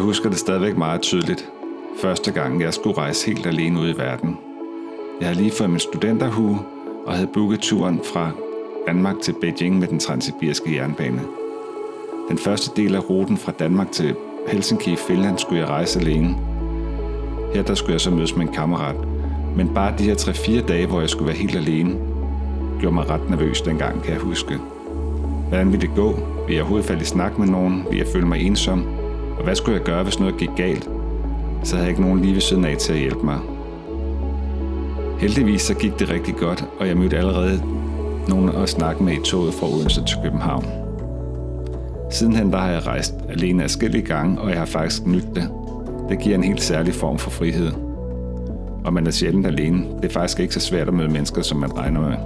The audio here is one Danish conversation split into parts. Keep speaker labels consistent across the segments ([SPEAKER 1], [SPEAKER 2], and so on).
[SPEAKER 1] husker det stadigvæk meget tydeligt. Første gang jeg skulle rejse helt alene ud i verden. Jeg havde lige fået min studenterhue og havde booket turen fra Danmark til Beijing med den transsibiriske jernbane. Den første del af ruten fra Danmark til Helsinki i Finland skulle jeg rejse alene. Her der skulle jeg så mødes med en kammerat. Men bare de her 3-4 dage, hvor jeg skulle være helt alene, gjorde mig ret nervøs dengang, kan jeg huske. Hvordan ville det gå? Ville jeg overhovedet falde i snak med nogen? Ville jeg føle mig ensom? Og hvad skulle jeg gøre, hvis noget gik galt? Så havde jeg ikke nogen lige ved siden af til at hjælpe mig. Heldigvis så gik det rigtig godt, og jeg mødte allerede nogen at snakke med i toget fra Odense til København. Sidenhen der har jeg rejst alene adskillige gange, og jeg har faktisk nydt det. Det giver en helt særlig form for frihed. Og man er sjældent alene. Det er faktisk ikke så svært at møde mennesker, som man regner med.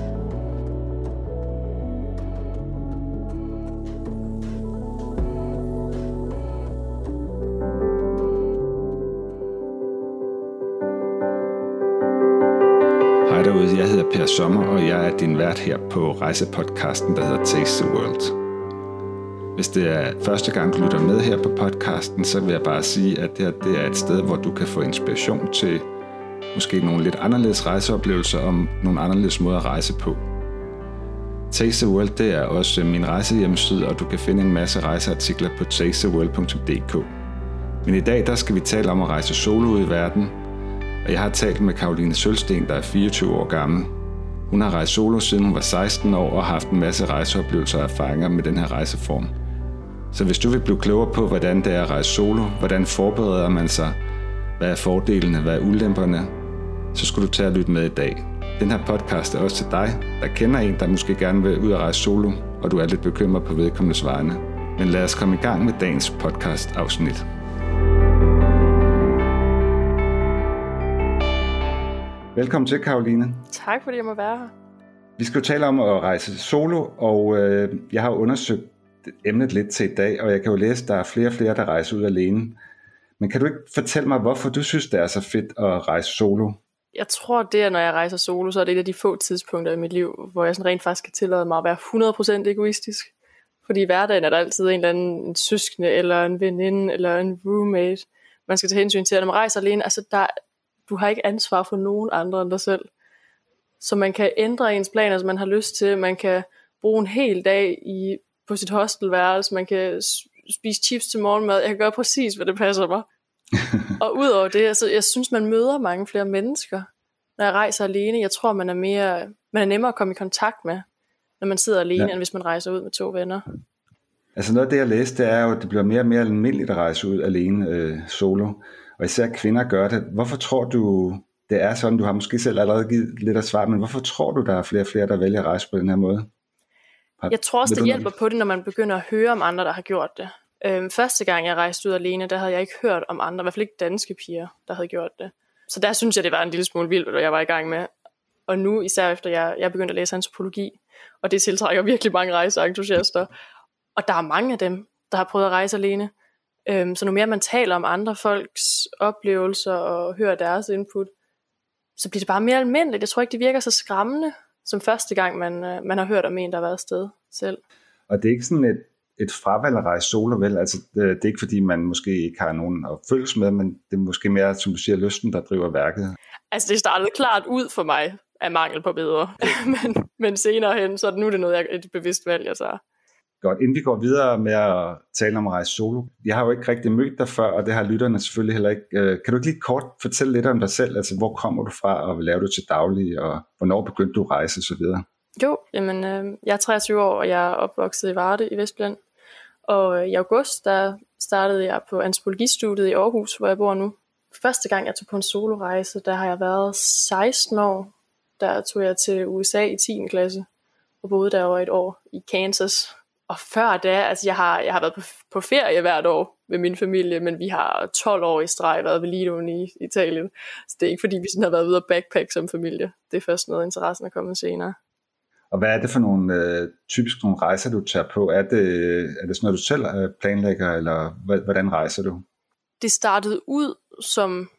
[SPEAKER 1] Hej derude, jeg hedder Per Sommer, og jeg er din vært her på rejsepodcasten, der hedder Taste the World. Hvis det er første gang, du lytter med her på podcasten, så vil jeg bare sige, at det er et sted, hvor du kan få inspiration til måske nogle lidt anderledes rejseoplevelser og nogle anderledes måder at rejse på. Taste the World, det er også min rejsehjemmeside, og du kan finde en masse rejseartikler på tastetheworld.dk. Men i dag, der skal vi tale om at rejse solo ud i verden, og jeg har talt med Caroline Sølsten, der er 24 år gammel. Hun har rejst solo siden hun var 16 år og har haft en masse rejseoplevelser og erfaringer med den her rejseform. Så hvis du vil blive klogere på, hvordan det er at rejse solo, hvordan forbereder man sig, hvad er fordelene, hvad er ulemperne, så skal du tage og lytte med i dag. Den her podcast er også til dig, der kender en, der måske gerne vil ud og rejse solo, og du er lidt bekymret på vedkommendes vegne. Men lad os komme i gang med dagens podcast-afsnit. Velkommen til, Caroline.
[SPEAKER 2] Tak, fordi jeg må være her.
[SPEAKER 1] Vi skal jo tale om at rejse solo, og jeg har undersøgt emnet lidt til i dag, og jeg kan jo læse, at der er flere og flere, der rejser ud alene. Men kan du ikke fortælle mig, hvorfor du synes, det er så fedt at rejse solo?
[SPEAKER 2] Jeg tror, det er, når jeg rejser solo, så er det et af de få tidspunkter i mit liv, hvor jeg sådan rent faktisk kan tillade mig at være 100% egoistisk. Fordi i hverdagen er der altid en eller anden søskende, eller en veninde, eller en roommate, man skal tage hensyn til. Og når man rejser alene, altså du har ikke ansvar for nogen andre end dig selv. Så man kan ændre ens planer, som man har lyst til. Man kan bruge en hel dag på sit hostelværelse. Man kan spise chips til morgenmad. Jeg kan gøre præcis, hvad det passer mig. Og udover det, altså, jeg synes, man møder mange flere mennesker, når jeg rejser alene. Jeg tror, man er nemmere at komme i kontakt med, når man sidder alene, end hvis man rejser ud med 2 venner. Altså
[SPEAKER 1] noget af det, jeg læste, det er jo, at det bliver mere og mere almindeligt at rejse ud alene solo. Og især kvinder gør det. Hvorfor tror du, det er sådan? Du har måske selv allerede givet lidt af svar, men hvorfor tror du, der er flere og flere, der vælger at rejse på den her måde?
[SPEAKER 2] Jeg tror også, det hjælper på det, når man begynder at høre om andre, der har gjort det. Første gang, jeg rejste ud alene, der havde jeg ikke hørt om andre, i hvert fald ikke danske piger, der havde gjort det. Så der synes jeg, det var en lille smule vildt, hvad jeg var i gang med. Og nu, især efter jeg begyndte at læse antropologi, og det tiltrækker virkelig mange rejseentusiaster. Og der er mange af dem, der har prøvet at rejse alene. Så nu mere man taler om andre folks oplevelser og hører deres input, så bliver det bare mere almindeligt. Jeg tror ikke, det virker så skræmmende, som første gang man har hørt om en, der har været afsted selv.
[SPEAKER 1] Og det er ikke sådan et fravalg at rejse solo, vel? Altså, det er ikke fordi, man måske ikke har nogen at følges med, men det er måske mere, som du siger, lysten, der driver værket.
[SPEAKER 2] Altså, det startede klart ud for mig af mangel på bedre. men senere hen, så er det nu noget, et bevidst valg, jeg tager.
[SPEAKER 1] Godt, inden vi går videre med at tale om at rejse solo. Jeg har jo ikke rigtig mødt dig før, og det har lytterne selvfølgelig heller ikke. Kan du ikke lige kort fortælle lidt om dig selv? Altså, hvor kommer du fra, og hvad laver du til daglig, og hvornår begyndte du at rejse, og så videre?
[SPEAKER 2] Jo, jamen, jeg er 23 år, og jeg er opvokset i Varde i Vestjylland. Og i august, der startede jeg på antropologistudiet i Aarhus, hvor jeg bor nu. Første gang, jeg tog på en solorejse, der har jeg været 16 år. Der tog jeg til USA i 10. klasse, og boede derovre et år i Kansas. Og før da, altså jeg har været på ferie hvert år med min familie, men vi har 12 år i streg været ved Lido i Italien. Så det er ikke fordi, vi sådan har været ude at backpack som familie. Det er først noget, interessen er kommet senere.
[SPEAKER 1] Og hvad er det for nogle typisk nogle rejser, du tager på? Er det sådan noget, du selv planlægger, eller hvordan rejser du?
[SPEAKER 2] Det startede ud som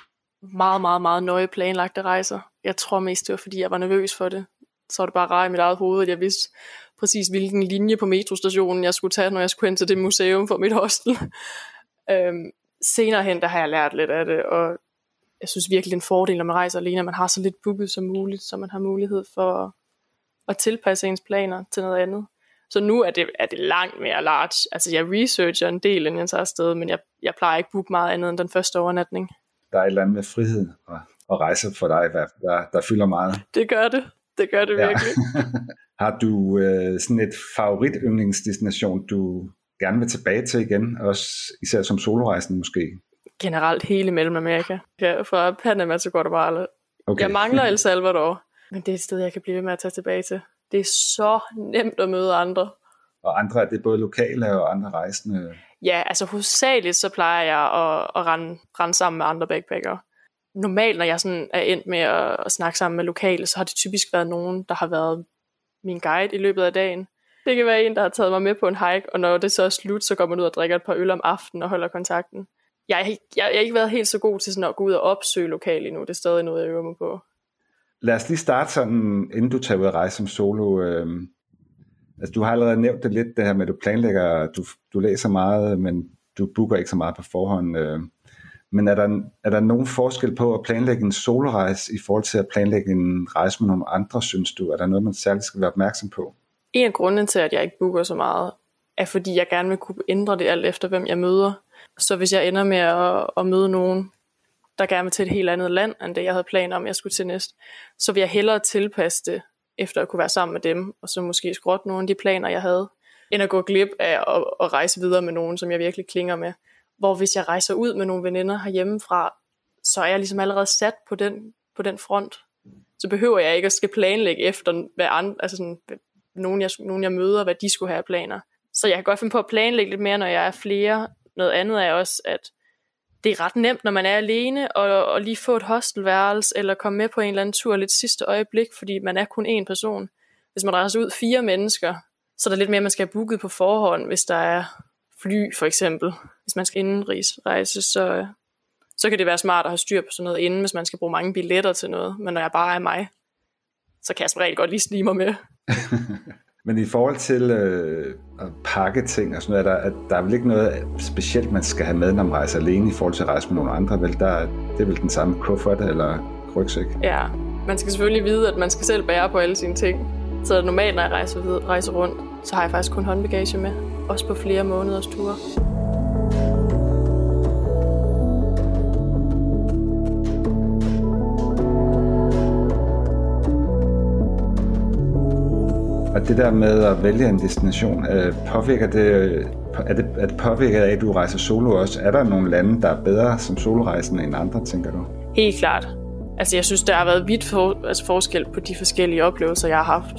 [SPEAKER 2] meget, meget, meget nøje planlagte rejser. Jeg tror mest, det var fordi, jeg var nervøs for det. Så var det bare rart i mit eget hoved, at jeg vidste præcis, hvilken linje på metrostationen jeg skulle tage, når jeg skulle hen til det museum for mit hostel. Senere hen, der har jeg lært lidt af det, og jeg synes virkelig, det er en fordel, når man rejser alene, at man har så lidt booket som muligt, så man har mulighed for at tilpasse ens planer til noget andet. Så nu er det langt mere large. Altså jeg researcher en del, inden jeg tager afsted, men jeg plejer ikke at booke meget andet end den første overnatning.
[SPEAKER 1] Der er et eller andet med frihed og rejse for dig, der fylder meget.
[SPEAKER 2] Det gør det. Det gør det virkelig.
[SPEAKER 1] Har du sådan et favorityndlingsdestination, du gerne vil tilbage til igen, også især som solorejsende måske?
[SPEAKER 2] Generelt hele Mellemamerika. Ja, fra Panama til Guatemala. Okay. Jeg mangler El Salvador, men det er et sted, jeg kan blive ved med at tage tilbage til. Det er så nemt at møde andre. Og
[SPEAKER 1] andre, er det både lokale og andre rejsende?
[SPEAKER 2] Ja, altså hovedsageligt så plejer jeg at rende sammen med andre backpackere. Normalt, når jeg sådan er endt med at snakke sammen med lokale, så har det typisk været nogen, der har været min guide i løbet af dagen. Det kan være en, der har taget mig med på en hike, og når det så er slut, så går man ud og drikker et par øl om aftenen og holder kontakten. Jeg har ikke været helt så god til sådan at gå ud og opsøge lokale endnu. Det er stadig noget, jeg øver mig på.
[SPEAKER 1] Lad os lige starte sådan, inden du tager ud at rejse som solo. Altså, du har allerede nævnt det lidt, det her med, at du planlægger, du læser meget, men du booker ikke så meget på forhånd. Men er der nogen forskel på at planlægge en solorejse i forhold til at planlægge en rejse med nogle andre, synes du? Er der noget, man særligt skal være opmærksom på?
[SPEAKER 2] En af grundene til, at jeg ikke booker så meget, er fordi jeg gerne vil kunne ændre det alt efter, hvem jeg møder. Så hvis jeg ender med at møde nogen, der gerne vil til et helt andet land, end det jeg havde planer om, jeg skulle til næste, så vil jeg hellere tilpasse det, efter at kunne være sammen med dem, og så måske skrotte nogle af de planer, jeg havde, end at gå glip af at rejse videre med nogen, som jeg virkelig klinger med. Hvor hvis jeg rejser ud med nogle veninder herhjemmefra, så er jeg ligesom allerede sat på den front. Så behøver jeg ikke at skal planlægge efter, hvad andre, altså sådan, nogen jeg møder, hvad de skulle have planer. Så jeg kan godt finde på at planlægge lidt mere, når jeg er flere. Noget andet er også, at det er ret nemt, når man er alene, og lige få et hostelværelse, eller komme med på en eller anden tur lidt sidste øjeblik, fordi man er kun én person. Hvis man rejser ud 4 mennesker, så er der lidt mere, man skal have booket på forhånd, hvis der er fly for eksempel. Hvis man skal indenrigsrejse, så kan det være smart at have styr på sådan noget inden, hvis man skal bruge mange billetter til noget. Men når jeg bare er mig, så kan jeg som regel godt lige snige mig med.
[SPEAKER 1] Men i forhold til at pakke ting og sådan noget, der er vel ikke noget specielt, man skal have med, når man rejser alene i forhold til at rejse med nogle andre? Vel, det er vel den samme kuffert eller rygsæk?
[SPEAKER 2] Ja, man skal selvfølgelig vide, at man skal selv bære på alle sine ting. Så normalt, når jeg rejser rundt, så har jeg faktisk kun håndbagage med. Også på flere måneders ture.
[SPEAKER 1] Og det der med at vælge en destination, påvirker det, er det påvirket af, at du rejser solo også? Er der nogle lande, der er bedre som solorejsende end andre, tænker du?
[SPEAKER 2] Helt klart. Altså jeg synes, der har været vidt forskel på de forskellige oplevelser, jeg har haft.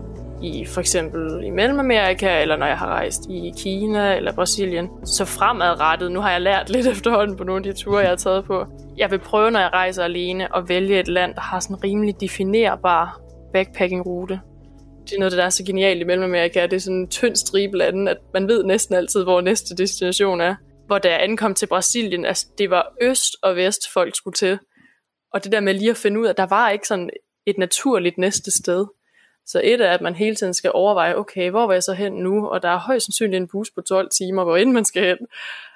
[SPEAKER 2] I for eksempel i Mellemamerika, eller når jeg har rejst i Kina eller Brasilien. Så fremadrettet, nu har jeg lært lidt efterhånden på nogle af de ture, jeg har taget på. Jeg vil prøve, når jeg rejser alene, at vælge et land, der har sådan en rimelig definerbar backpacking-rute. Det er noget, der er så genialt i Mellemamerika. Det er sådan en tynd stribe lande, at man ved næsten altid, hvor næste destination er. Hvor da jeg ankom til Brasilien, altså det var øst og vest, folk skulle til. Og det der med lige at finde ud af, at der var ikke sådan et naturligt næste sted. Så et er, at man hele tiden skal overveje, okay, hvor var jeg så hen nu? Og der er højst sandsynligt en bus på 12 timer, hvor end man skal hen.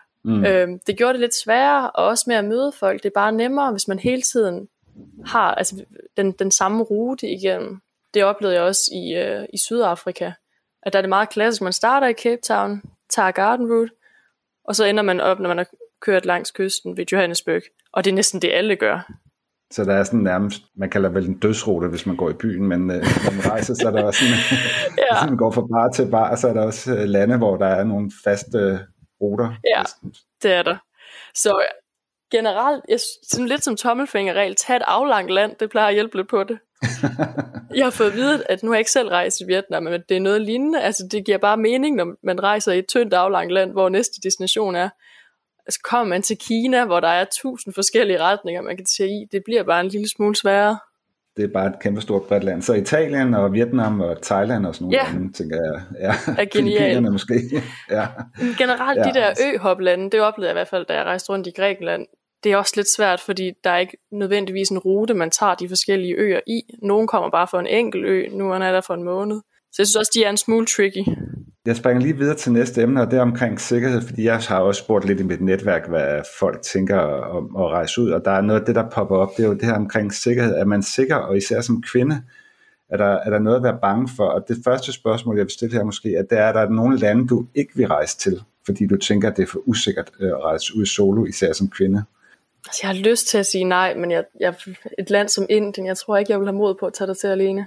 [SPEAKER 2] Det gjorde det lidt sværere, og også med at møde folk. Det er bare nemmere, hvis man hele tiden har altså, den samme rute igennem. Det oplevede jeg også i Sydafrika. At der er det meget klassisk, man starter i Cape Town, tager Garden Route, og så ender man op, når man har kørt langs kysten ved Johannesburg. Og det er næsten det, alle gør.
[SPEAKER 1] Så der er sådan nærmest, man kalder vel en dødsrute, hvis man går i byen, men når man rejser, så er der også sådan, ja. Hvis man går fra bar til bar, så er der også lande, hvor der er nogle faste ruter.
[SPEAKER 2] Ja, det er der. Så generelt, sådan lidt som tommelfingerregel, tag et aflangt land, det plejer at hjælpe lidt på det. Jeg har fået at vide, at nu har jeg ikke selv rejst i Vietnam, men det er noget lignende. Altså det giver bare mening, når man rejser i et tyndt aflangt land, hvor næste destination er. Altså kommer man til Kina, hvor der er 1000 forskellige retninger, man kan tage i, det bliver bare en lille smule sværere.
[SPEAKER 1] Det er bare et kæmpestort bredt land. Så Italien og Vietnam og Thailand og sådan nogle lande, tænker jeg,
[SPEAKER 2] er genialt.
[SPEAKER 1] Måske. Ja.
[SPEAKER 2] Generelt de der øhoplande, det oplevede jeg i hvert fald, da jeg rejste rundt i Grækenland. Det er også lidt svært, fordi der er ikke nødvendigvis en rute, man tager de forskellige øer i. Nogle kommer bare for en enkelt ø, nu er der for en måned. Så jeg synes også, de er en smule tricky.
[SPEAKER 1] Jeg springer lige videre til næste emne, og det er omkring sikkerhed, fordi jeg har også spurgt lidt i mit netværk, hvad folk tænker om at rejse ud, og der er noget af det, der popper op, det er jo det her omkring sikkerhed. Er man sikker, og især som kvinde, er der noget at være bange for? Og det første spørgsmål, jeg vil stille her måske, er der nogle lande, du ikke vil rejse til, fordi du tænker, at det er for usikkert at rejse ud solo, især som kvinde?
[SPEAKER 2] Altså, jeg har lyst til at sige nej, men et land som Indien, jeg tror ikke, jeg vil have mod på at tage det til alene.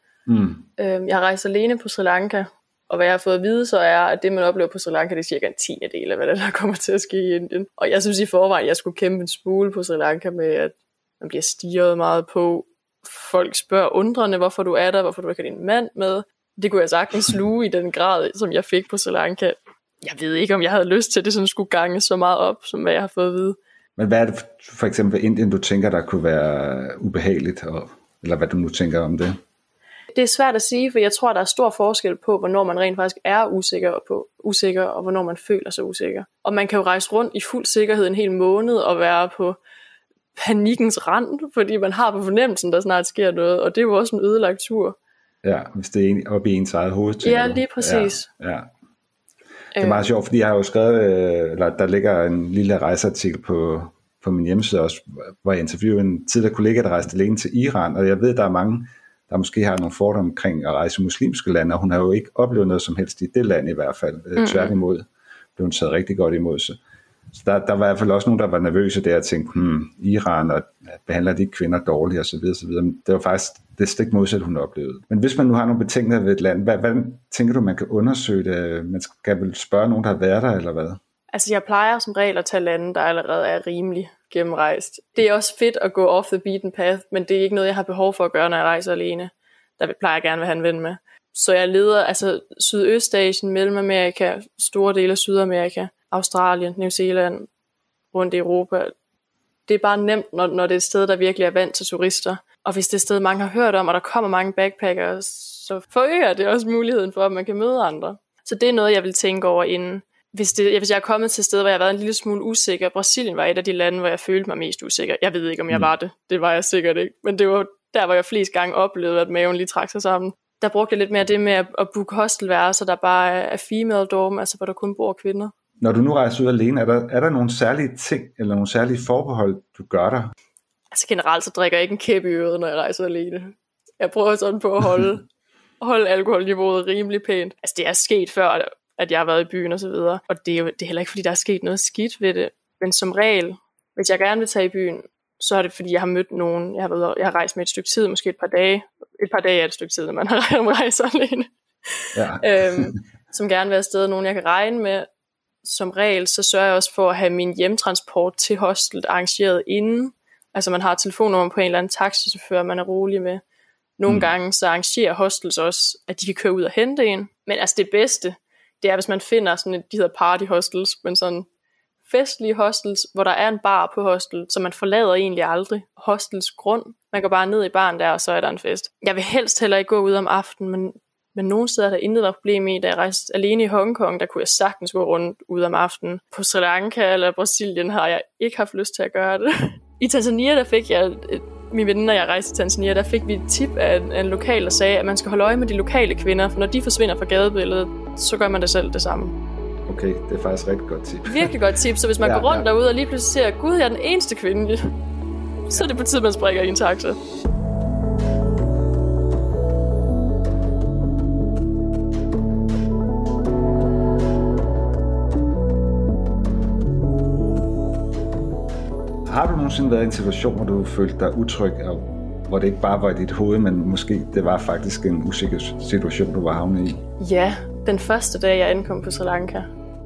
[SPEAKER 2] Jeg har rejst alene på Sri Lanka, og hvad jeg har fået at vide, så er, at det, man oplever på Sri Lanka, det er cirka en 10. af, hvad der kommer til at ske i Indien. Og jeg synes i forvejen, jeg skulle kæmpe en smule på Sri Lanka med, at man bliver stirret meget på. Folk spørger undrende, hvorfor du er der, hvorfor du ikke har din mand med. Det kunne jeg sagtens sluge i den grad, som jeg fik på Sri Lanka. Jeg ved ikke, om jeg havde lyst til, at det sådan skulle gange så meget op, som hvad jeg har fået at vide.
[SPEAKER 1] Men hvad er det for eksempel Indien, du tænker, der kunne være ubehageligt, eller hvad du nu tænker om det?
[SPEAKER 2] Det er svært at sige, for jeg tror, der er stor forskel på, hvornår man rent faktisk er usikker, og hvornår man føler sig usikker. Og man kan jo rejse rundt i fuld sikkerhed en hel måned og være på panikkens rand, fordi man har på fornemmelsen, der snart sker noget, og det er jo også en ødelagt tur.
[SPEAKER 1] Ja, hvis det er oppe i ens eget hoved.
[SPEAKER 2] Ja, lige præcis.
[SPEAKER 1] Ja. Det er meget sjovt, fordi jeg har jo skrevet, eller der ligger en lille rejseartikel på min hjemmeside også, hvor jeg interviewede en tidligere kollega, der rejste alene til Iran, og jeg ved, der er mange, der måske har nogle fordomme omkring at rejse i muslimske lande, og hun har jo ikke oplevet noget som helst i det land i hvert fald. Tværtimod blev hun taget rigtig godt imod sig. Så der var i hvert fald også nogen, der var nervøse der og tænkte, Iran og behandler de kvinder dårligt osv. Men det var faktisk det stik modsat, hun oplevede. Men hvis man nu har nogle betænkeligheder ved et land, hvad tænker du, man kan undersøge det? Man skal vel spørge nogen, der har været der, eller hvad?
[SPEAKER 2] Altså, jeg plejer som regel at tage lande, der allerede er rimelig gennemrejst. Det er også fedt at gå off the beaten path, men det er ikke noget, jeg har behov for at gøre, når jeg rejser alene. Der plejer jeg gerne at have en ven med. Så jeg leder altså Sydøstasien, Mellemamerika, store dele af Sydamerika, Australien, New Zealand, rundt i Europa. Det er bare nemt, når det er et sted, der virkelig er vant til turister. Og hvis det er et sted, mange har hørt om, og der kommer mange backpackere, så forøger det også muligheden for, at man kan møde andre. Så det er noget, jeg vil tænke over inden. Hvis jeg er kommet til et sted, hvor jeg har været en lille smule usikker. Brasilien var et af de lande, hvor jeg følte mig mest usikker. Jeg ved ikke, om jeg var det. Det var jeg sikkert ikke. Men det var der, hvor jeg flest gange oplevede, at maven lige trak sig sammen. Der brugte jeg lidt mere det med at booke hostelværelser, der bare er female dorm, altså hvor der kun bor kvinder.
[SPEAKER 1] Når du nu rejser ud alene, er der nogle særlige ting, eller nogle særlige forbehold, du gør der?
[SPEAKER 2] Altså generelt så drikker jeg ikke en kæp i øret, når jeg rejser alene. Jeg prøver sådan på at holde alkoholniveauet rimelig pænt. Altså det er sket før, at jeg har været i byen og så videre. Og det er heller ikke, fordi der er sket noget skidt ved det. Men som regel, hvis jeg gerne vil tage i byen, så er det, fordi jeg har mødt nogen. Jeg har rejst med et stykke tid, måske et par dage. Et par dage er et stykke tid, når man har rejst alene. Ja. Som gerne vil have afsted, nogen jeg kan regne med. Som regel, så sørger jeg også for at have min hjemtransport til hostelet arrangeret inden. Altså man har telefonnummer på en eller anden taxichauffør, man er rolig med. Nogle gange så arrangerer hostels også, at de kan køre ud og hente en. Men altså det bedste, det er, hvis man finder sådan et, de hedder party hostels, men sådan festlige hostels, hvor der er en bar på hostel, så man forlader egentlig aldrig hostels grund. Man går bare ned i baren der, og så er der en fest. Jeg vil helst heller ikke gå ud om aftenen, men nogle steder der intet var problem i. Da jeg rejste alene i Hongkong, der kunne jeg sagtens gå rundt ud om aftenen. På Sri Lanka eller Brasilien har jeg ikke haft lyst til at gøre det. I Tanzania, der fik jeg, mine venner, jeg rejste til Tanzania, der fik vi et tip af en lokal, der sagde, at man skal holde øje med de lokale kvinder, for når de forsvinder fra gadebilledet, så gør man det selv det samme.
[SPEAKER 1] Okay, det er faktisk rigtig godt tip.
[SPEAKER 2] Virkelig godt tip, så hvis man går rundt derude og lige pludselig ser, gud, jeg er den eneste kvinde, så er det på tide, man springer i en taxa.
[SPEAKER 1] Har du nogensinde været i en situation, hvor du følte dig utryg, og hvor det ikke bare var i dit hoved, men måske det var faktisk en usikker situation, du var havnet i?
[SPEAKER 2] Ja, den første dag, jeg ankom på Sri Lanka,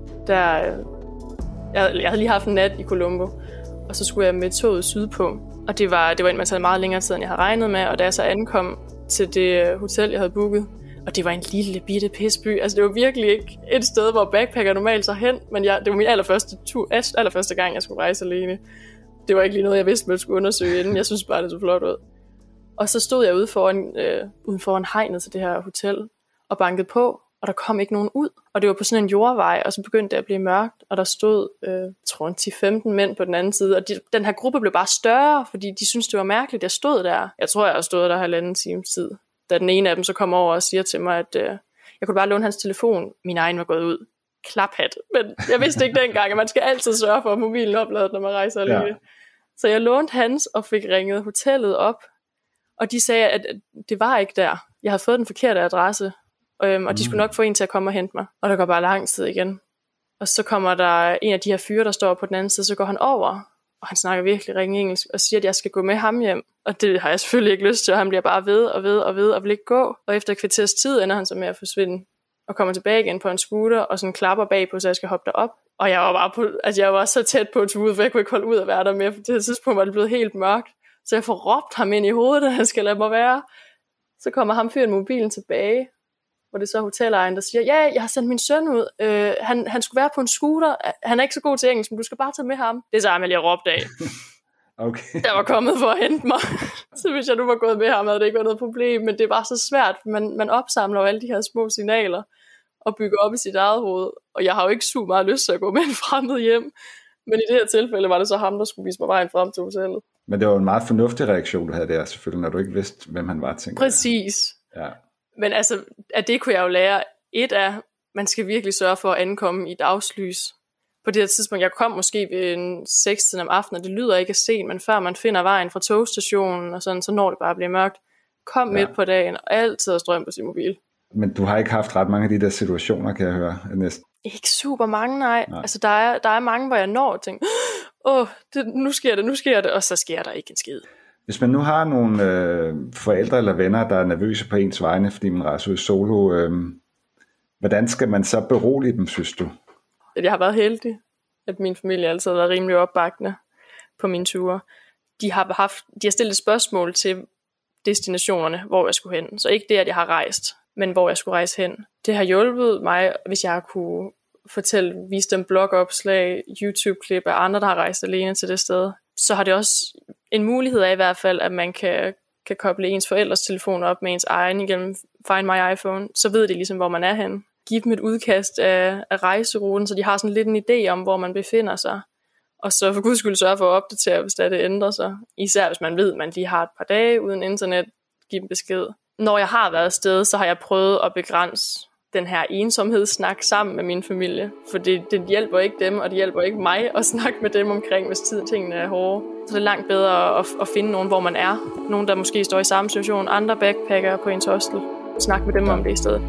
[SPEAKER 2] jeg havde lige haft en nat i Colombo, og så skulle jeg med toget sydpå. Og det var en, man taget meget længere tid, end jeg havde regnet med, og da jeg så ankom til det hotel, jeg havde booket, og det var en lille bitte pisby. Altså det var virkelig ikke et sted, hvor backpacker normalt så hen, men det var min allerførste gang, jeg skulle rejse alene. Det var ikke lige noget, jeg vidste, man skulle undersøge inden. Jeg synes bare, det så flot ud. Og så stod jeg ude foran hegnet til det her hotel og bankede på, og der kom ikke nogen ud. Og det var på sådan en jordvej, og så begyndte det at blive mørkt, og der stod, jeg tror, 10-15 mænd på den anden side. Og den her gruppe blev bare større, fordi de syntes, det var mærkeligt, jeg stod der. Jeg tror, jeg har stået der 1,5 times tid. Da den ene af dem så kom over og siger til mig, at Jeg kunne bare låne hans telefon. Min egen var gået ud. Klaphat. Men jeg vidste ikke dengang, at man skal altid sørge for, at mobilen er opladet, når man rejser alene. Ja. Så jeg lånte hans og fik ringet hotellet op. Og de sagde, at det var ikke der. Jeg havde fået den forkerte adresse. Og de skulle nok få en til at komme og hente mig. Og der går bare lang tid igen. Og så kommer der en af de her fyre, der står på den anden side, så går han over. Og han snakker virkelig ringe engelsk, og siger, at jeg skal gå med ham hjem. Og det har jeg selvfølgelig ikke lyst til, og han bliver bare ved, og vil ikke gå. Og efter et kvarters tid ender han så med at forsvinde, og kommer tilbage igen på en scooter, og sådan klapper bagpå, så jeg skal hoppe derop. Og jeg var bare jeg var så tæt på at tage ud, for jeg kunne ikke holde ud at være der mere. For det tidspunkt var det blevet helt mørkt. Så jeg får råbt ham ind i hovedet, at han skal lade mig være. Så kommer ham fyren mobilen tilbage, hvor det så er hotelejeren, der siger, ja, jeg har sendt min søn ud. Han skulle være på en scooter. Han er ikke så god til engelsk, men du skal bare tage med ham. Det er så Amalie råbte af.
[SPEAKER 1] Okay.
[SPEAKER 2] Jeg var kommet for at hente mig. Så hvis jeg nu var gået med ham, havde det ikke været noget problem. Men det var så svært. Man opsamler jo alle de her små signaler og bygger op i sit eget hoved. Og jeg har jo ikke super meget lyst til at gå med en fremmed hjem. Men i det her tilfælde var det så ham, der skulle vise mig vejen frem til hotellet.
[SPEAKER 1] Men det var en meget fornuftig reaktion, du havde der, selvfølgelig, når du ikke vidste, hvem han var, tænker
[SPEAKER 2] Præcis.
[SPEAKER 1] Ja.
[SPEAKER 2] Men altså, at det kunne jeg jo lære. Et er, man skal virkelig sørge for at ankomme i dagslys. På det her tidspunkt, jeg kom måske ved en 6 om aftenen, og det lyder ikke sent, men før man finder vejen fra togstationen, og sådan, så når det bare bliver mørkt. Kom midt på dagen, og altid strøm på sin mobil. Men
[SPEAKER 1] du har ikke haft ret mange af de der situationer, kan jeg høre, næsten?
[SPEAKER 2] Ikke super mange, nej. Altså, der er mange, hvor jeg når og tænker, nu sker det, og så sker der ikke en skid.
[SPEAKER 1] Hvis man nu har nogle forældre eller venner, der er nervøse på ens vegne, fordi man rejser ud solo, hvordan skal man så berolige dem, synes du?
[SPEAKER 2] Jeg har været heldig, at min familie altid har været rimelig opbakkende på mine ture. De har stillet spørgsmål til destinationerne, hvor jeg skulle hen. Så ikke det, at jeg har rejst, men hvor jeg skulle rejse hen. Det har hjulpet mig, hvis jeg kunne vise dem blogopslag, YouTube-klip af andre, der har rejst alene til det sted. Så har det også en mulighed af i hvert fald, at man kan koble ens forældres telefon op med ens egen igennem Find My iPhone. Så ved de ligesom, hvor man er henne. Giv dem et udkast af rejseruten, så de har sådan lidt en idé om, hvor man befinder sig. Og så for guds skyld sørge for at opdatere, hvis det ændrer sig. Især hvis man ved, at man lige har et par dage uden internet. Giv dem besked. Når jeg har været afsted, så har jeg prøvet at begrænse den her ensomhedssnak sammen med min familie. For det hjælper ikke dem, og det hjælper ikke mig at snakke med dem omkring, hvis tingene er hårde. Så det er langt bedre at finde nogen, hvor man er. Nogen, der måske står i samme situation. Andre backpackere på ens hostel. Snak med dem om det i stedet.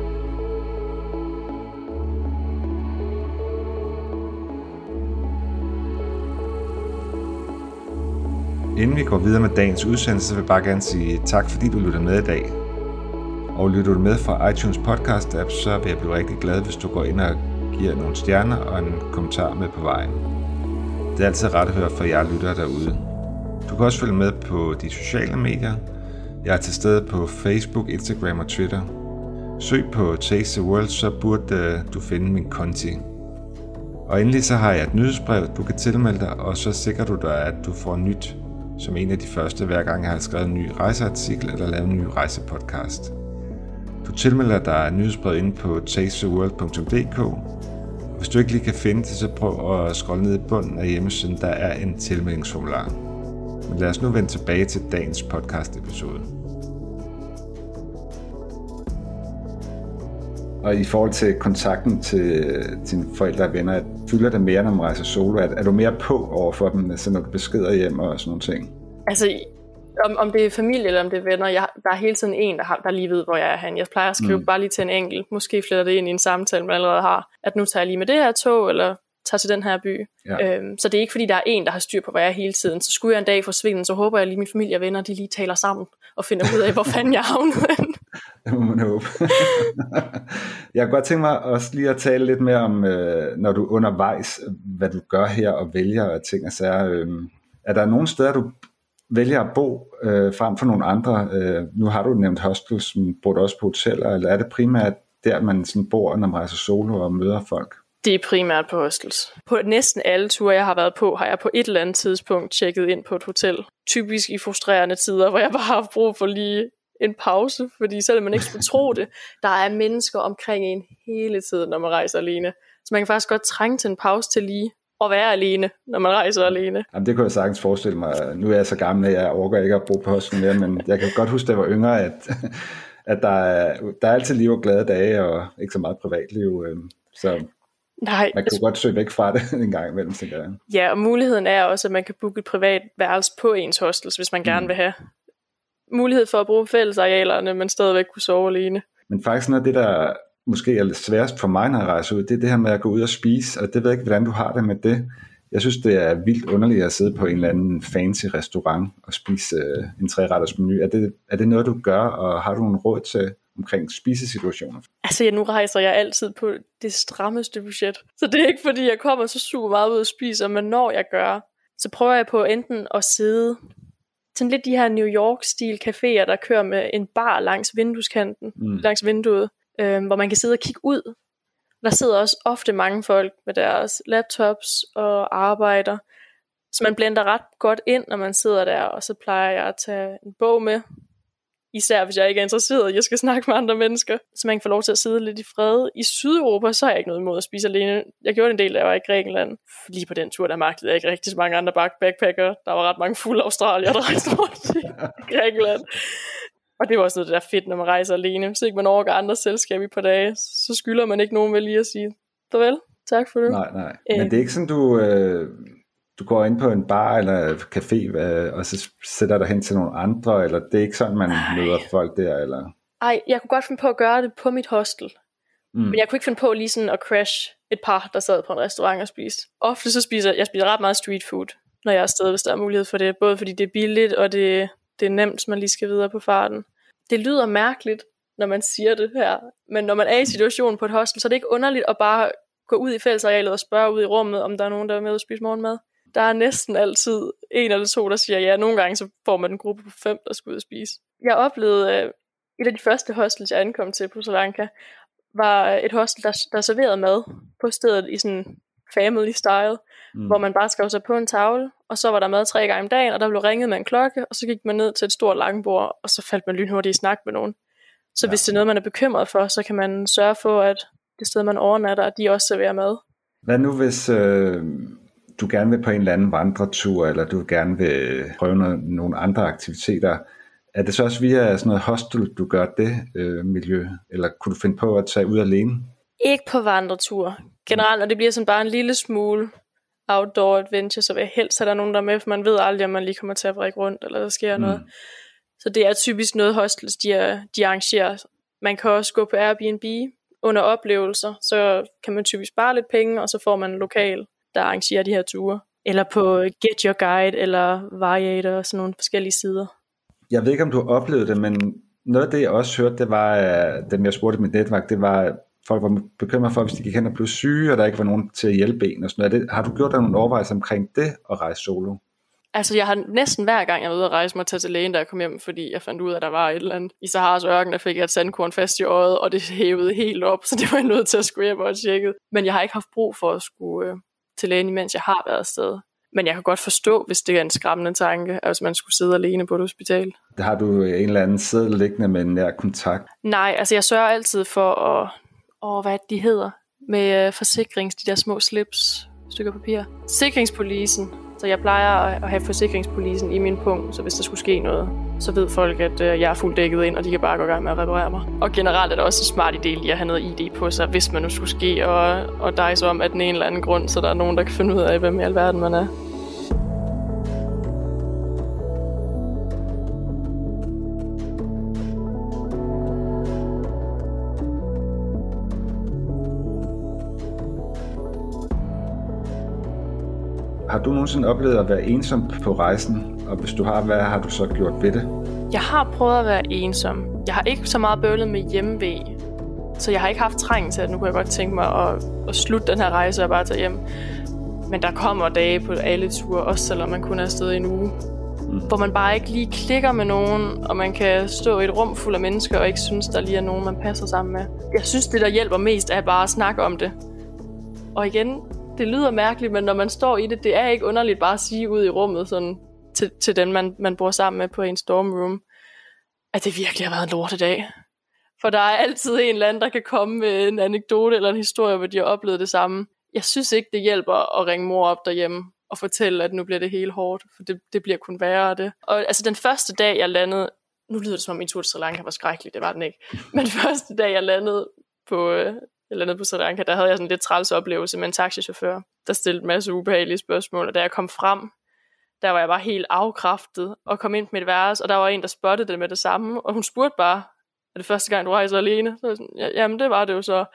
[SPEAKER 1] Inden vi går videre med dagens udsendelse, vil jeg bare gerne sige tak, fordi du lytter med i dag. Og lytter du med fra iTunes podcast app, så vil jeg blive rigtig glad, hvis du går ind og giver nogle stjerner og en kommentar med på vejen. Det er altid ret at høre fra jer lyttere derude. Du kan også følge med på de sociale medier. Jeg er til stede på Facebook, Instagram og Twitter. Søg på Taste the World, så burde du finde min konti. Og endelig så har jeg et nyhedsbrev, du kan tilmelde dig, og så sikrer du dig, at du får nyt som en af de første, hver gang jeg har skrevet en ny rejseartikel eller lavet en ny rejsepodcast. Du tilmelder dig nyhedsbrevet inde på tastetheworld.dk. Hvis du ikke lige kan finde det, så prøv at scrolle ned i bunden af hjemmesiden, der er en tilmeldingsformular. Men lad os nu vende tilbage til dagens podcast episode. Og i forhold til kontakten til dine forældre og venner, fylder det mere, når man rejser solo? Er du mere på overfor dem, så når du beskeder hjem og sådan nogle ting?
[SPEAKER 2] Altså, om det er familie eller om det er venner, der er hele tiden en, der lige ved, hvor jeg er hen. Jeg plejer at skrive bare lige til en enkelt. Måske fletter det ind i en samtale, man allerede har. At nu tager jeg lige med det her tog, eller tager til den her by. Ja. Så det er ikke fordi, der er en, der har styr på, hvor jeg er hele tiden. Så skulle jeg en dag forsvinde, så håber jeg lige, min familie og venner, de lige taler sammen og finder ud af, hvor fanden jeg havner hen.
[SPEAKER 1] Det må man håbe. Jeg kunne godt tænke mig også lige at tale lidt mere om, når du er undervejs, hvad du gør her og vælger og ting og sager. Er der nogle steder, du vælger at bo frem for nogle andre? Nu har du nævnt hostels, men bor du også på hoteller, eller er det primært der, man sådan bor, når man rejser solo og møder folk?
[SPEAKER 2] Det er primært på hostels. På næsten alle ture, jeg har været på, har jeg på et eller andet tidspunkt tjekket ind på et hotel. Typisk i frustrerende tider, hvor jeg bare har brug for lige en pause, fordi selvom man ikke skulle tro det, der er mennesker omkring en hele tiden, når man rejser alene. Så man kan faktisk godt trænge til en pause til lige at være alene, når man rejser alene.
[SPEAKER 1] Jamen, det kunne jeg sagtens forestille mig. Nu er jeg så gammel, at jeg overgår ikke at bo på hostel mere, men jeg kan godt huske, da jeg var yngre, at der er altid liv og glade dage, og ikke så meget privatliv. Så
[SPEAKER 2] Nej,
[SPEAKER 1] man kan jo godt søge væk fra det en gang imellem, tænker jeg.
[SPEAKER 2] Ja, og muligheden er også, at man kan booke et privat værelse på ens hostels, hvis man gerne vil have mulighed for at bruge fællesarealerne, men stadigvæk kunne sove alene.
[SPEAKER 1] Men faktisk noget af det, der måske er lidt sværest for mig, når jeg rejser ud, det er det her med at gå ud og spise, og det ved jeg ikke, hvordan du har det med det. Jeg synes, det er vildt underligt at sidde på en eller anden fancy restaurant og spise en 3-retters menu. Er det noget, du gør, og har du nogle råd til omkring spisesituationer?
[SPEAKER 2] Altså, nu rejser jeg altid på det strammeste budget. Så det er ikke, fordi jeg kommer så super meget ud og spiser, men når jeg gør, så prøver jeg på enten at sidde sådan lidt de her New York-stil caféer, der kører med en bar langs vindueskanten, langs vinduet, hvor man kan sidde og kigge ud. Der sidder også ofte mange folk med deres laptops og arbejder, så man blender ret godt ind, når man sidder der, og så plejer jeg at tage en bog med, især hvis jeg ikke er interesseret i, jeg skal snakke med andre mennesker, så man kan få lov til at sidde lidt i fred. I Sydeuropa, så har jeg ikke noget imod at spise alene. Jeg gjorde en del, da jeg var i Grækenland. Lige på den tur, der magtede jeg ikke rigtig så mange andre backpackere. Der var ret mange fulde australier, der rejste rundt i Grækenland. Og det var også noget, der er fedt, når man rejser alene. Hvis ikke man overgår andres selskab i et par dage, så skylder man ikke nogen vel lige at sige, farvel, tak for det.
[SPEAKER 1] Nej. Men det er ikke sådan, du går ind på en bar eller café, og så sætter dig hen til nogle andre, eller det er ikke sådan, man møder folk der, eller?
[SPEAKER 2] Ej, jeg kunne godt finde på at gøre det på mit hostel. Men jeg kunne ikke finde på lige sådan at crash et par, der sad på en restaurant og spiste. Ofte så spiser jeg ret meget street food, når jeg er afsted, hvis der er mulighed for det. Både fordi det er billigt, og det er nemt, så man lige skal videre på farten. Det lyder mærkeligt, når man siger det her. Men når man er i situationen på et hostel, så er det ikke underligt at bare gå ud i fællesarealet og spørge ud i rummet, om der er nogen, der er med at spise morgenmad. Der er næsten altid en eller to, der siger ja. Nogle gange så får man en gruppe på 5, der skal ud og spise. Jeg oplevede et af de første hostels, jeg ankom til på Sri Lanka, var et hostel, der serverede mad på stedet i sådan family style, hvor man bare skrev sig på en tavle, og så var der mad 3 gange om dagen, og der blev ringet med en klokke, og så gik man ned til et stort langbord, og så faldt man lynhurtigt i snak med nogen. Så hvis det er noget, man er bekymret for, så kan man sørge for, at det sted, man overnatter, at de også serverer mad.
[SPEAKER 1] Hvad nu, hvis du gerne vil på en eller anden vandretur, eller du gerne vil prøve nogle andre aktiviteter? Er det så også via sådan noget hostel, du gør det miljø? Eller kunne du finde på at tage ud alene?
[SPEAKER 2] Ikke på vandretur. Generelt, når det bliver sådan bare en lille smule outdoor adventure, så vil jeg helst have der nogen der med, for man ved aldrig, om man lige kommer til at brække rundt, eller der sker noget. Så det er typisk noget hostels, de arrangerer. Man kan også gå på Airbnb under oplevelser, så kan man typisk spare lidt penge, og så får man en lokal, der arrangerer de her ture. Eller på Get Your Guide, eller Variator, og sådan nogle forskellige sider. Jeg
[SPEAKER 1] ved ikke, om du har oplevet det, men noget af det, jeg også hørte, det var, dem jeg spurgte i mit netværk, det var, folk var bekymret for, hvis de gik hen og blev syge, og der ikke var nogen til at hjælpe en og sådan noget. Har du gjort dig nogle overvejelser omkring det at rejse solo?
[SPEAKER 2] Altså, jeg har næsten hver gang, jeg var ude at rejse mig, taget til lægen, da jeg kom hjem, fordi jeg fandt ud af, at der var et eller andet. I Saharas ørken, der fik jeg et sandkorn fast i øjet, og det hævede helt op, så det var jeg nødt til at skulle hjem og tjekke. Men jeg har ikke haft brug for at skulle til lægen, imens jeg har været afsted. Men jeg kan godt forstå, hvis det er en skræmmende tanke, at hvis man skulle sidde alene på et hospital.
[SPEAKER 1] Har du en eller anden seddel liggende med en nær kontakt?
[SPEAKER 2] Nej, altså jeg sørger altid for at hvad de hedder, med de der små slips, stykker papir. Sikringspolisen. Så jeg plejer at have forsikringspolisen i min punkt, så hvis der skulle ske noget, så ved folk, at jeg er fuldt dækket ind, og de kan bare gå i gang med at reparere mig. Og generelt er det også en smart idé lige at have noget ID på sig, hvis man nu skulle ske og dejse om af den ene eller anden grund, så der er nogen, der kan finde ud af, hvem i alverden man er.
[SPEAKER 1] Har du nogensinde oplevet at være ensom på rejsen? Og hvis du har, hvad har du så gjort ved det?
[SPEAKER 2] Jeg har prøvet at være ensom. Jeg har ikke så meget bøvlet med hjemve, så jeg har ikke haft trængen til, at nu kunne jeg godt tænke mig at slutte den her rejse og bare tage hjem. Men der kommer dage på alle ture, også selvom man kun er afsted i en uge, hvor man bare ikke lige klikker med nogen, og man kan stå i et rum fuld af mennesker og ikke synes, der lige er nogen, man passer sammen med. Jeg synes, det der hjælper mest er bare at snakke om det. Og igen, det lyder mærkeligt, men når man står i det, det er ikke underligt bare at sige ud i rummet sådan, til den, man bor sammen med på en stormroom, at det virkelig har været en lortedag. For der er altid en eller anden, der kan komme med en anekdote eller en historie, hvor de har oplevet det samme. Jeg synes ikke, det hjælper at ringe mor op derhjemme og fortælle, at nu bliver det helt hårdt, for det bliver kun værre af det. Og altså den første dag, jeg landede, nu lyder det som om min tur til Sri Lanka var skrækkelig, det var den ikke. Men første dag jeg landede på Sri Lanka, der havde jeg sådan en lidt træls oplevelse med en taxichauffør, der stillede en masse ubehagelige spørgsmål, og da jeg kom frem, der var jeg bare helt afkræftet og kom ind på mit værelse, og der var en, der spottede det med det samme, og hun spurgte bare, er det første gang, du rejser alene? Så jeg sådan, jamen det var det jo så.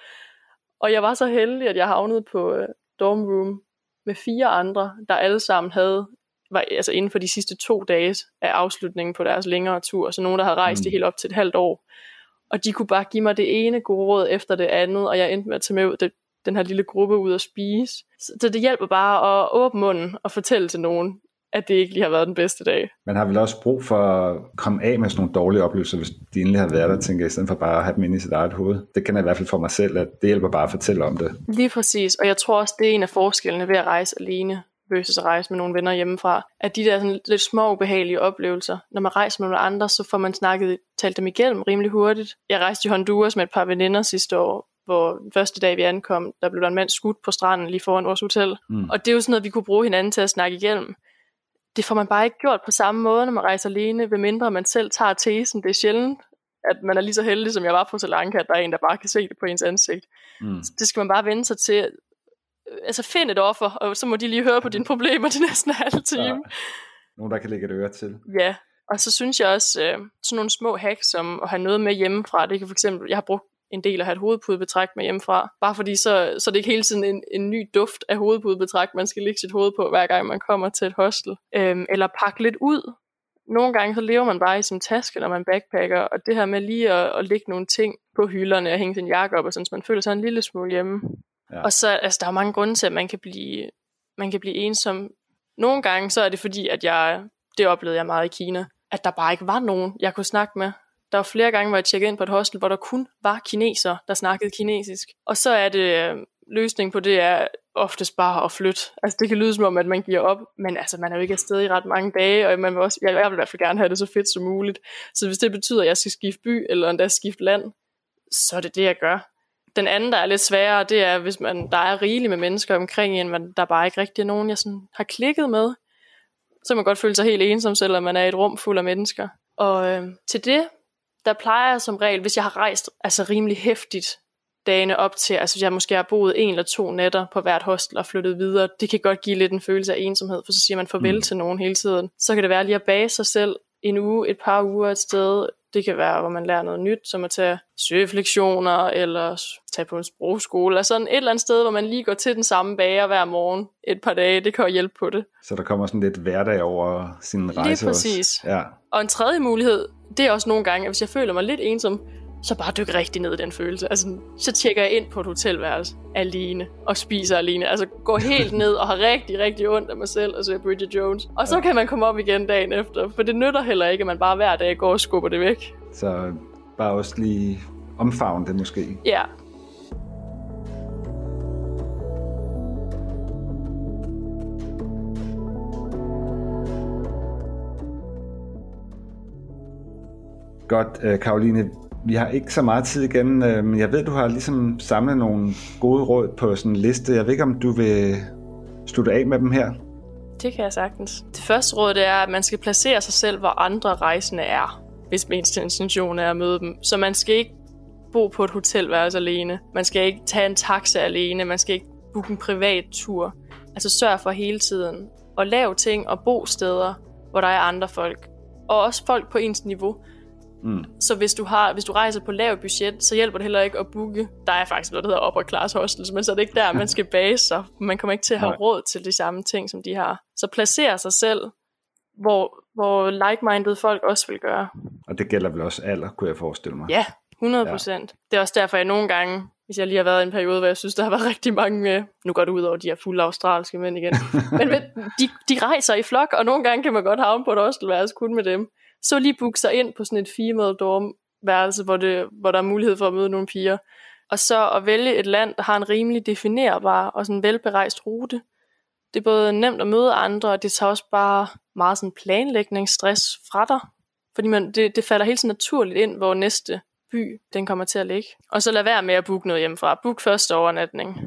[SPEAKER 2] Og jeg var så heldig, at jeg havnede på dorm room med 4 andre, der alle sammen var altså inden for de sidste 2 dage af afslutningen på deres længere tur, så nogen, der havde rejst det helt op til et halvt år. Og de kunne bare give mig det ene gode råd efter det andet, og jeg endte med at tage med den her lille gruppe ud og spise. Så det hjælper bare at åbne munden og fortælle til nogen, at det ikke lige har været den bedste dag.
[SPEAKER 1] Man har vel også brug for at komme af med sådan nogle dårlige oplevelser, hvis de egentlig har været der, tænker jeg, i stedet for bare at have dem inde i sit eget hoved. Det kan jeg i hvert fald for mig selv, at det hjælper bare at fortælle om det.
[SPEAKER 2] Lige præcis, og jeg tror også, det er en af forskellene ved at rejse alene versus at rejse med nogle venner hjemmefra, at de der sådan lidt små ubehagelige oplevelser, når man rejser med nogle andre, så får man talt dem igennem rimelig hurtigt. Jeg rejste i Honduras med et par veninder sidste år, hvor den første dag vi ankom, der blev der en mand skudt på stranden lige foran vores hotel. Og det er jo sådan noget, vi kunne bruge hinanden til at snakke igennem. Det får man bare ikke gjort på samme måde, når man rejser alene, ved mindre man selv tager tesen. Det er sjældent, at man er lige så heldig, som jeg var på Sri Lanka, at der er en, der bare kan se det på ens ansigt. Det skal man bare vende sig til. Altså find et offer, og så må de lige høre på dine problemer de næsten halve time. Ja.
[SPEAKER 1] Nogen, der kan lægge et øre til.
[SPEAKER 2] Ja, og så synes jeg også, sådan nogle små hacks, som at have noget med hjemmefra, det kan for eksempel, jeg har brugt en del at have et hovedpudebetræk med hjemmefra, bare fordi så er det ikke hele tiden en ny duft af hovedpudebetræk, man skal lægge sit hoved på, hver gang man kommer til et hostel. Eller pakke lidt ud. Nogle gange så lever man bare i sin taske, når man backpacker, og det her med lige at lægge nogle ting på hylderne og hænge sin jakke op, og sådan, så man føler sig en lille smule hjemme. Ja. Og så, altså, der er mange grunde til, at man kan blive ensom. Nogle gange, så er det fordi, at det oplevede jeg meget i Kina, at der bare ikke var nogen, jeg kunne snakke med. Der var flere gange, hvor jeg tjekkede ind på et hostel, hvor der kun var kinesere, der snakkede kinesisk. Og så er det, løsningen på det er oftest bare at flytte. Altså det kan lyde som om, at man giver op, men altså man er jo ikke afsted i ret mange dage, og jeg vil i hvert fald gerne have det så fedt som muligt. Så hvis det betyder, at jeg skal skifte by, eller endda skifte land, så er det det, jeg gør. Den anden, der er lidt sværere, det er, hvis der er rigeligt med mennesker omkring en, men der bare ikke rigtig er nogen, jeg sådan har klikket med, så kan man godt føle sig helt ensom, selvom man er i et rum fuld af mennesker. Og til det, der plejer jeg som regel, hvis jeg har rejst altså rimelig hæftigt dagene op til, altså hvis jeg måske har boet 1 eller 2 nætter på hvert hostel og flyttet videre, det kan godt give lidt en følelse af ensomhed, for så siger man farvel til nogen hele tiden. Så kan det være lige at bage sig selv en uge, et par uger et sted. Det kan være, hvor man lærer noget nyt, som at tage søgelektioner, eller tage på en sprogskole, eller sådan et eller andet sted, hvor man lige går til den samme bager hver morgen et par dage. Det kan jo hjælpe på det. Så der kommer sådan lidt hverdag over sin rejse. Lige præcis. Ja. Og en tredje mulighed, det er også nogle gange, at hvis jeg føler mig lidt ensom, så bare dykke rigtig ned i den følelse. Altså, så tjekker jeg ind på et hotelværelse alene og spiser alene. Altså går helt ned og har rigtig, rigtig ondt af mig selv og ser Bridget Jones. Og så kan man komme op igen dagen efter, for det nytter heller ikke, at man bare hver dag går og skubber det væk. Så bare også lige omfavne det måske. Ja. Godt, Caroline. Vi har ikke så meget tid igen, men jeg ved, du har ligesom samlet nogle gode råd på sådan en liste. Jeg ved ikke, om du vil slutte af med dem her? Det kan jeg sagtens. Det første råd, det er, at man skal placere sig selv, hvor andre rejsende er, hvis ens intention er at møde dem. Så man skal ikke bo på et hotelværelse alene. Man skal ikke tage en taxa alene. Man skal ikke booke en privat tur. Altså sørg for hele tiden at lave ting og bo steder, hvor der er andre folk. Og også folk på ens niveau. Så hvis du rejser på lav budget, så hjælper det heller ikke at booke. Der er faktisk noget, der hedder upper class hostels, men så er det ikke der, man skal base sig. Man kommer ikke til at have råd til de samme ting, som de har. Så placer sig selv, hvor like-minded folk også vil gøre. Og det gælder vel også alder, kunne jeg forestille mig. Ja, 100%. Ja. Det er også derfor, jeg nogle gange, hvis jeg lige har været i en periode, hvor jeg synes, der har været rigtig mange, nu går det ud over de her fulde australske mænd igen, men de rejser i flok, og nogle gange kan man godt havne på et hostelværelse kun med dem. Så lige booke sig ind på sådan et female dorm-værelse, hvor der er mulighed for at møde nogle piger. Og så at vælge et land, der har en rimelig definerbar og sådan velberejst rute. Det er både nemt at møde andre, og det tager også bare meget sådan planlægningsstress fra dig. Fordi det falder helt så naturligt ind, hvor næste by den kommer til at ligge. Og så lad være med at booke noget hjemmefra. Book første overnatning.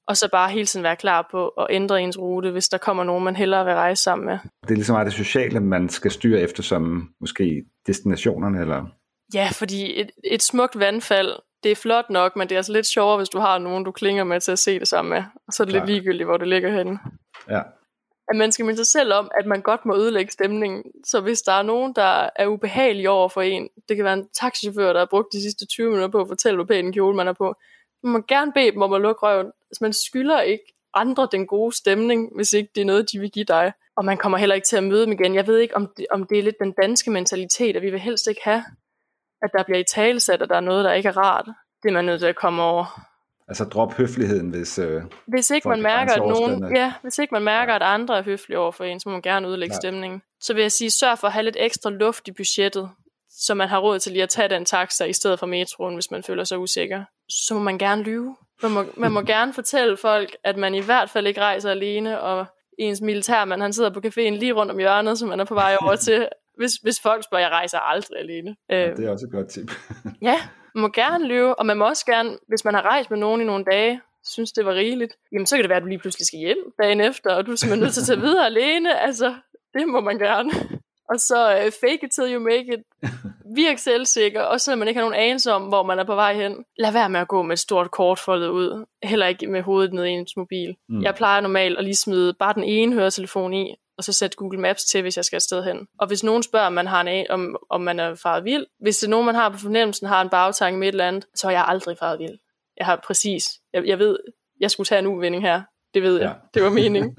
[SPEAKER 2] Og så bare hele tiden være klar på at ændre ens rute, hvis der kommer nogen, man hellere vil rejse sammen med.
[SPEAKER 1] Det er ligesom meget det sociale, man skal styre efter, som måske destinationerne, eller?
[SPEAKER 2] Ja, fordi et smukt vandfald, det er flot nok, men det er altså lidt sjovere, hvis du har nogen, du klinger med til at se det sammen med. Og så er det lidt ligegyldigt, hvor det ligger henne.
[SPEAKER 1] Ja.
[SPEAKER 2] At man skal minde sig selv om, at man godt må ødelægge stemningen. Så hvis der er nogen, der er ubehagelige over for en, det kan være en taxichauffør, der har brugt de sidste 20 minutter på at fortælle, hvor pæn en kjole man er på. Man må gerne bede dem om at lukke røven. Altså, man skylder ikke andre den gode stemning, hvis ikke det er noget, de vil give dig. Og man kommer heller ikke til at møde dem igen. Jeg ved ikke, om det er lidt den danske mentalitet, at vi vil helst ikke have, at der bliver italesat, at der er noget, der ikke er rart. Det er man nødt til at komme over.
[SPEAKER 1] Altså drop høfligheden,
[SPEAKER 2] hvis ikke man mærker, at nogen, hvis ikke man mærker, at andre er høflige over for en, så må man gerne ødelægge stemningen. Så vil jeg sige, sørg for at have lidt ekstra luft i budgettet, så man har råd til lige at tage den taxa i stedet for metroen, hvis man føler sig usikker. Så må man gerne lyve. Man må gerne fortælle folk, at man i hvert fald ikke rejser alene, og ens militærmand, han sidder på caféen lige rundt om hjørnet, som man er på vej over til. Hvis folk spørger, jeg rejser aldrig alene.
[SPEAKER 1] Det er også et godt tip.
[SPEAKER 2] Ja, man må gerne lyve, og man må også gerne, hvis man har rejst med nogen i nogle dage, synes det var rigeligt, jamen så kan det være, at du lige pludselig skal hjem dagen efter, og du er simpelthen nødt til at tage videre alene. Altså, det må man gerne. Og så fake it till you make it. Virk selvsikker, også selvom man ikke har nogen anelse om, hvor man er på vej hen. Lad være med at gå med et stort kort foldet ud. Heller ikke med hovedet ned i ens mobil. Jeg plejer normalt at lige smide bare den ene høretelefon i, og så sætte Google Maps til, hvis jeg skal afsted hen. Og hvis nogen spørger, om man er faret vild, hvis det er nogen, man har på fornemmelsen, har en bagtanke med et eller andet, så er jeg aldrig faret vild. Jeg har præcis. Jeg ved, jeg skulle tage en uvending her. Det ved jeg. Det var meningen.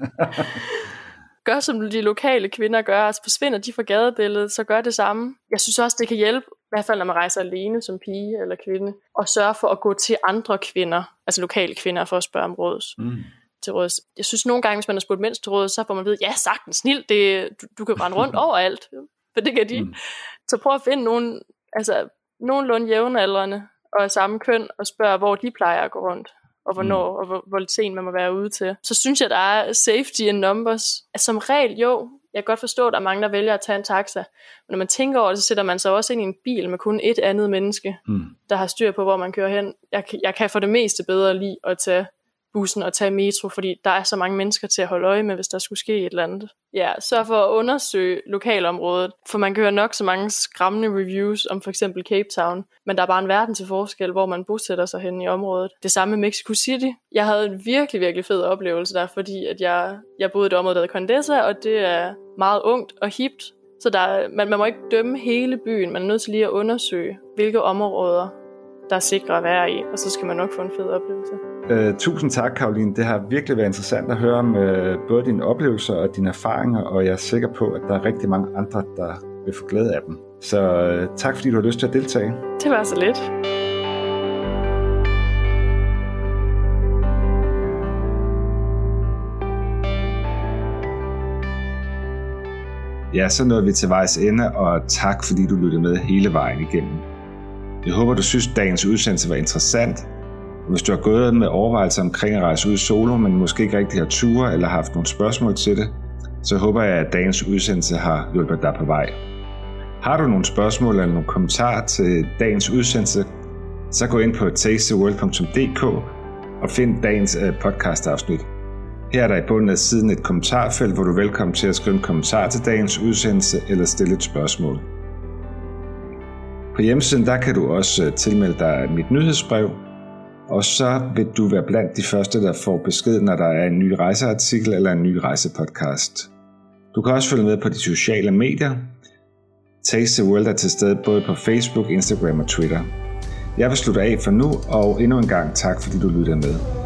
[SPEAKER 2] Gør som de lokale kvinder gør, altså forsvinder de fra gadebilledet, så gør det samme. Jeg synes også, det kan hjælpe, i hvert fald når man rejser alene som pige eller kvinde, og sørge for at gå til andre kvinder, altså lokale kvinder, for at spørge om råds. Til råds. Jeg synes nogle gange, hvis man har spurgt mænds til råd, så får man vide, ja, sagtens, snilt, du kan rende rundt overalt, for det kan de. Så prøv at finde nogen, altså nogenlunde jævnaldrende og af samme køn, og spørge, hvor de plejer at gå rundt, og hvornår, og hvor sent man må være ude til. Så synes jeg, der er safety in numbers. Altså, som regel, jo, jeg kan godt forstå, at der er mange, der vælger at tage en taxa, men når man tænker over det, så sætter man sig også ind i en bil med kun et andet menneske, der har styr på, hvor man kører hen. Jeg kan for det meste bedre lide at tage bussen og tage metro, fordi der er så mange mennesker til at holde øje med, hvis der skulle ske et eller andet. Ja, så for at undersøge lokalområdet, for man kan høre nok så mange skræmmende reviews om for eksempel Cape Town, men der er bare en verden til forskel, hvor man bosætter sig hen i området. Det samme med Mexico City. Jeg havde en virkelig, virkelig fed oplevelse der, fordi at jeg boede i et område, der hedder Condesa, og det er meget ungt og hipt, så man må ikke dømme hele byen, man er nødt til lige at undersøge, hvilke områder der er sikre at være i, og så skal man nok få en fed oplevelse.
[SPEAKER 1] Tusind tak, Caroline. Det har virkelig været interessant at høre om både dine oplevelser og dine erfaringer, og jeg er sikker på, at der er rigtig mange andre, der vil få glæde af dem. Så tak, fordi du har lyst til at deltage.
[SPEAKER 2] Det var så lidt.
[SPEAKER 1] Ja, så nåede vi til vejs ende, og tak, fordi du lyttede med hele vejen igennem. Jeg håber, du synes, dagens udsendelse var interessant. Hvis du har gået med overvejelser omkring at rejse ud solo, men måske ikke rigtig har ture eller haft nogle spørgsmål til det, så håber jeg, at dagens udsendelse har hjulpet dig på vej. Har du nogle spørgsmål eller nogle kommentarer til dagens udsendelse, så gå ind på tastetheworld.dk og find dagens podcastafsnit. Her er der i bunden af siden et kommentarfelt, hvor du er velkommen til at skrive en kommentar til dagens udsendelse eller stille et spørgsmål. På hjemmesiden der kan du også tilmelde dig mit nyhedsbrev, og så vil du være blandt de første, der får besked, når der er en ny rejseartikel eller en ny rejsepodcast. Du kan også følge med på de sociale medier. Taste the World er til stede både på Facebook, Instagram og Twitter. Jeg vil slutte af for nu, og endnu en gang tak, fordi du lyttede med.